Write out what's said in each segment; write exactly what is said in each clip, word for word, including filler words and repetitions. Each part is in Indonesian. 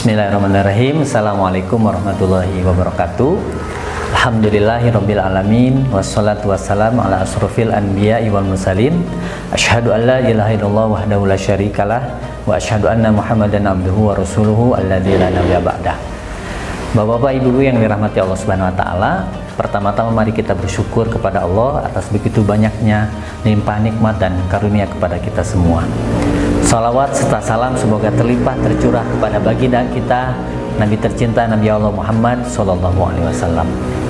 Bismillahirrahmanirrahim. Assalamualaikum warahmatullahi wabarakatuh. Alhamdulillahirabbil alamin wassalatu wassalamu ala asrofil anbiya'i wal mursalin. Asyhadu an la ilaha illallah wahdahu la syarikalah wa asyhadu anna Muhammadan abduhu wa rasuluhu alladzi la nabiyya ba'dah. Bapak-bapak, ibu-ibu yang dirahmati Allah Subhanahu wa taala, pertama-tama mari kita bersyukur kepada Allah atas begitu banyaknya limpah nikmat dan karunia kepada kita semua. Salawat serta salam semoga terlimpah tercurah kepada baginda kita Nabi tercinta Nabi Allah Muhammad Sallallahu Alaihi Wasallam.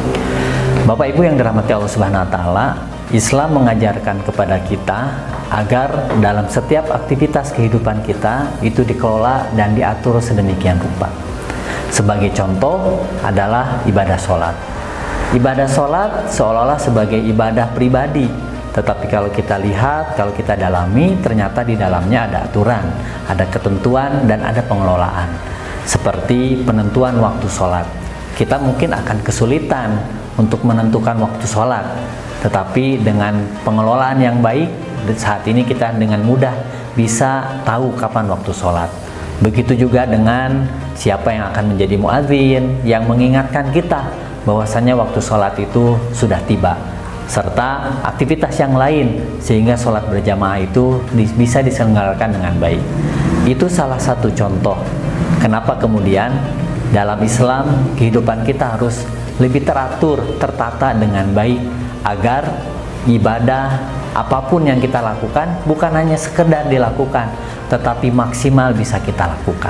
Bapak Ibu yang dirahmati Allah Subhanahu Wa Taala, Islam mengajarkan kepada kita agar dalam setiap aktivitas kehidupan kita itu dikelola dan diatur sedemikian rupa. Sebagai contoh adalah ibadah sholat. Ibadah sholat seolah-olah sebagai ibadah pribadi. Tetapi kalau kita lihat, kalau kita dalami, ternyata di dalamnya ada aturan, ada ketentuan, dan ada pengelolaan. Seperti penentuan waktu sholat. Kita mungkin akan kesulitan untuk menentukan waktu sholat. Tetapi dengan pengelolaan yang baik, saat ini kita dengan mudah bisa tahu kapan waktu sholat. Begitu juga dengan siapa yang akan menjadi muadzin, yang mengingatkan kita bahwasanya waktu sholat itu sudah tiba. Serta aktivitas yang lain sehingga sholat berjamaah itu bisa diselenggarakan dengan baik. Itu salah satu contoh kenapa kemudian dalam Islam kehidupan kita harus lebih teratur, tertata dengan baik agar ibadah apapun yang kita lakukan bukan hanya sekedar dilakukan tetapi maksimal bisa kita lakukan.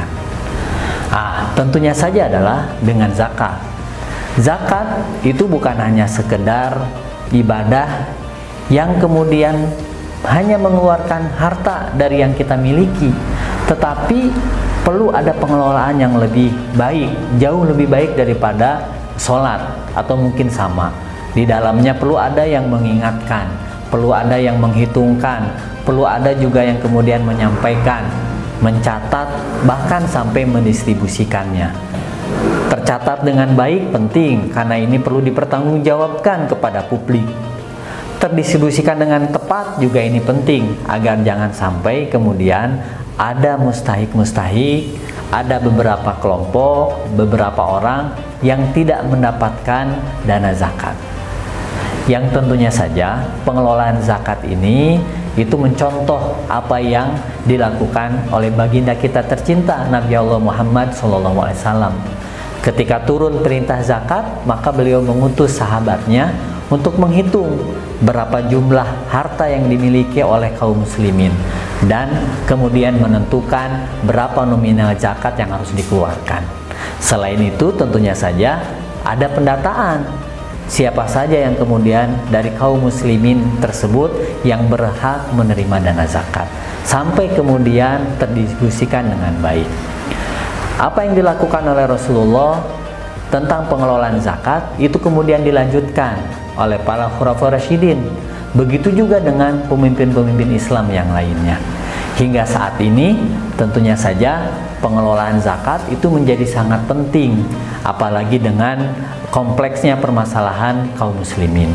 Ah, tentunya saja adalah dengan zakat. Zakat itu bukan hanya sekedar ibadah yang kemudian hanya mengeluarkan harta dari yang kita miliki, tetapi perlu ada pengelolaan yang lebih baik, jauh lebih baik daripada sholat atau mungkin sama. Di dalamnya perlu ada yang mengingatkan, perlu ada yang menghitungkan, perlu ada juga yang kemudian menyampaikan, mencatat, bahkan sampai mendistribusikannya. Tercatat dengan baik penting karena ini perlu dipertanggungjawabkan kepada publik. Terdistribusikan dengan tepat juga ini penting agar jangan sampai kemudian ada mustahik-mustahik, ada beberapa kelompok, beberapa orang yang tidak mendapatkan dana zakat. Yang tentunya saja pengelolaan zakat ini itu mencontoh apa yang dilakukan oleh baginda kita tercinta Nabi Allah Muhammad Sallallahu Alaihi Wasallam. Ketika turun perintah zakat, maka beliau mengutus sahabatnya untuk menghitung berapa jumlah harta yang dimiliki oleh kaum muslimin dan kemudian menentukan berapa nominal zakat yang harus dikeluarkan. Selain itu tentunya saja ada pendataan siapa saja yang kemudian dari kaum muslimin tersebut yang berhak menerima dana zakat sampai kemudian terdistribusikan dengan baik. Apa yang dilakukan oleh Rasulullah tentang pengelolaan zakat itu kemudian dilanjutkan oleh para khulafaur rasyidin. Begitu juga dengan pemimpin-pemimpin Islam yang lainnya. Hingga saat ini tentunya saja pengelolaan zakat itu menjadi sangat penting, apalagi dengan kompleksnya permasalahan kaum muslimin.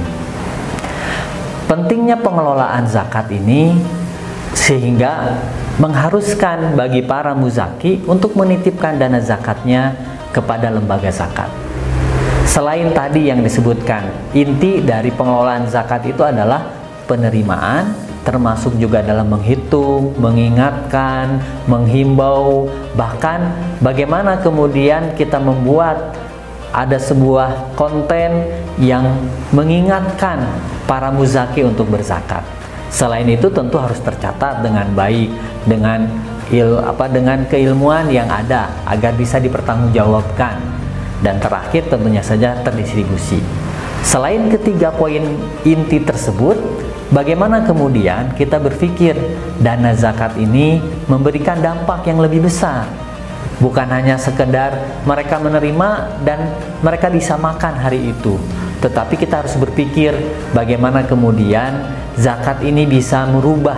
Pentingnya pengelolaan zakat ini sehingga mengharuskan bagi para muzaki untuk menitipkan dana zakatnya kepada lembaga zakat. Selain tadi yang disebutkan, inti dari pengelolaan zakat itu adalah penerimaan, termasuk juga dalam menghitung, mengingatkan, menghimbau, bahkan bagaimana kemudian kita membuat ada sebuah konten yang mengingatkan para muzaki untuk berzakat. Selain itu tentu harus tercatat dengan baik, dengan il, apa dengan keilmuan yang ada agar bisa dipertanggungjawabkan. Dan terakhir tentunya saja terdistribusi. Selain ketiga poin inti tersebut, bagaimana kemudian kita berpikir dana zakat ini memberikan dampak yang lebih besar. Bukan hanya sekedar mereka menerima dan mereka bisa makan hari itu, tetapi kita harus berpikir bagaimana kemudian zakat ini bisa merubah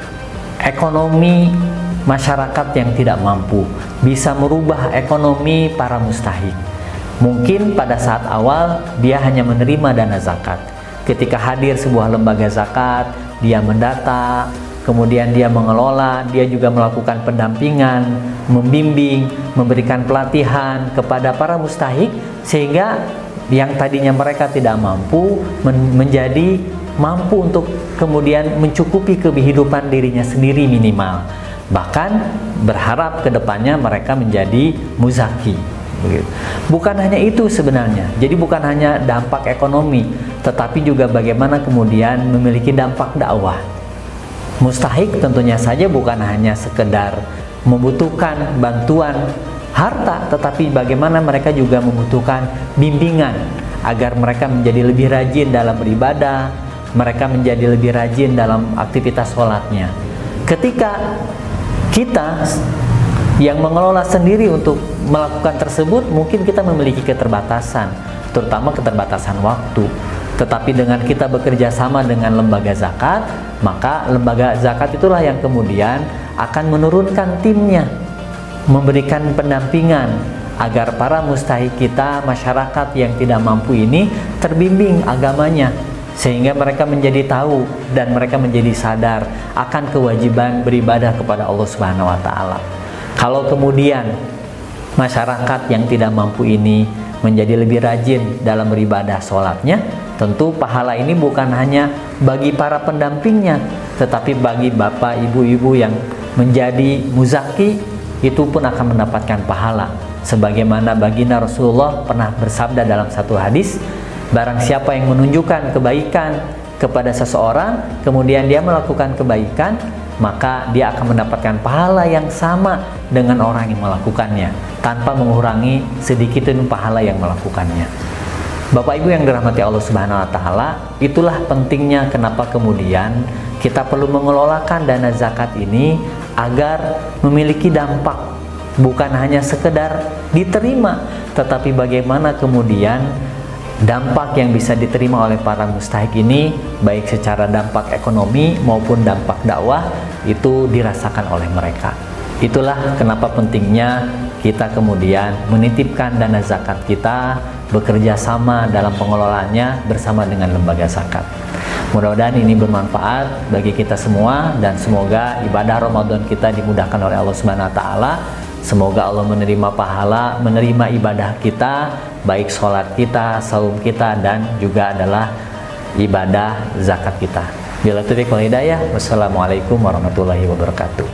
ekonomi masyarakat yang tidak mampu, bisa merubah ekonomi para mustahik. Mungkin pada saat awal dia hanya menerima dana zakat. Ketika hadir sebuah lembaga zakat, dia mendata, kemudian dia mengelola, dia juga melakukan pendampingan, membimbing, memberikan pelatihan kepada para mustahik, sehingga yang tadinya mereka tidak mampu men menjadi mampu untuk kemudian mencukupi kehidupan dirinya sendiri minimal. Bahkan berharap kedepannya mereka menjadi muzaki. Begitu. Bukan hanya itu sebenarnya, jadi bukan hanya dampak ekonomi, tetapi juga bagaimana kemudian memiliki dampak dakwah. Mustahik tentunya saja bukan hanya sekedar membutuhkan bantuan harta, tetapi bagaimana mereka juga membutuhkan bimbingan agar mereka menjadi lebih rajin dalam beribadah, mereka menjadi lebih rajin dalam aktivitas sholatnya. Ketika kita yang mengelola sendiri untuk melakukan tersebut, mungkin kita memiliki keterbatasan, terutama keterbatasan waktu. Tetapi dengan kita bekerja sama dengan lembaga zakat, maka lembaga zakat itulah yang kemudian akan menurunkan timnya, memberikan pendampingan agar para mustahik kita, masyarakat yang tidak mampu ini terbimbing agamanya, sehingga mereka menjadi tahu dan mereka menjadi sadar akan kewajiban beribadah kepada Allah Subhanahu wa taala. Kalau kemudian masyarakat yang tidak mampu ini menjadi lebih rajin dalam beribadah sholatnya, tentu pahala ini bukan hanya bagi para pendampingnya, tetapi bagi bapak ibu-ibu yang menjadi muzaki, itu pun akan mendapatkan pahala. Sebagaimana baginda Rasulullah pernah bersabda dalam satu hadis, barang siapa yang menunjukkan kebaikan kepada seseorang, kemudian dia melakukan kebaikan, maka dia akan mendapatkan pahala yang sama dengan orang yang melakukannya, tanpa mengurangi sedikit pun pahala yang melakukannya. Bapak Ibu yang dirahmati Allah Subhanahu wa taala, itulah pentingnya kenapa kemudian kita perlu mengelolakan dana zakat ini agar memiliki dampak, bukan hanya sekedar diterima, tetapi bagaimana kemudian dampak yang bisa diterima oleh para mustahik ini, baik secara dampak ekonomi maupun dampak dakwah, itu dirasakan oleh mereka. Itulah kenapa pentingnya kita kemudian menitipkan dana zakat kita, bekerja sama dalam pengelolaannya bersama dengan lembaga zakat. Mudah-mudahan ini bermanfaat bagi kita semua, dan semoga ibadah Ramadan kita dimudahkan oleh Allah Subhanahu wa taala. Semoga Allah menerima pahala, menerima ibadah kita, baik sholat kita, saum kita, dan juga adalah ibadah zakat kita. Bila taufiq wal hidayah, wassalamualaikum warahmatullahi wabarakatuh.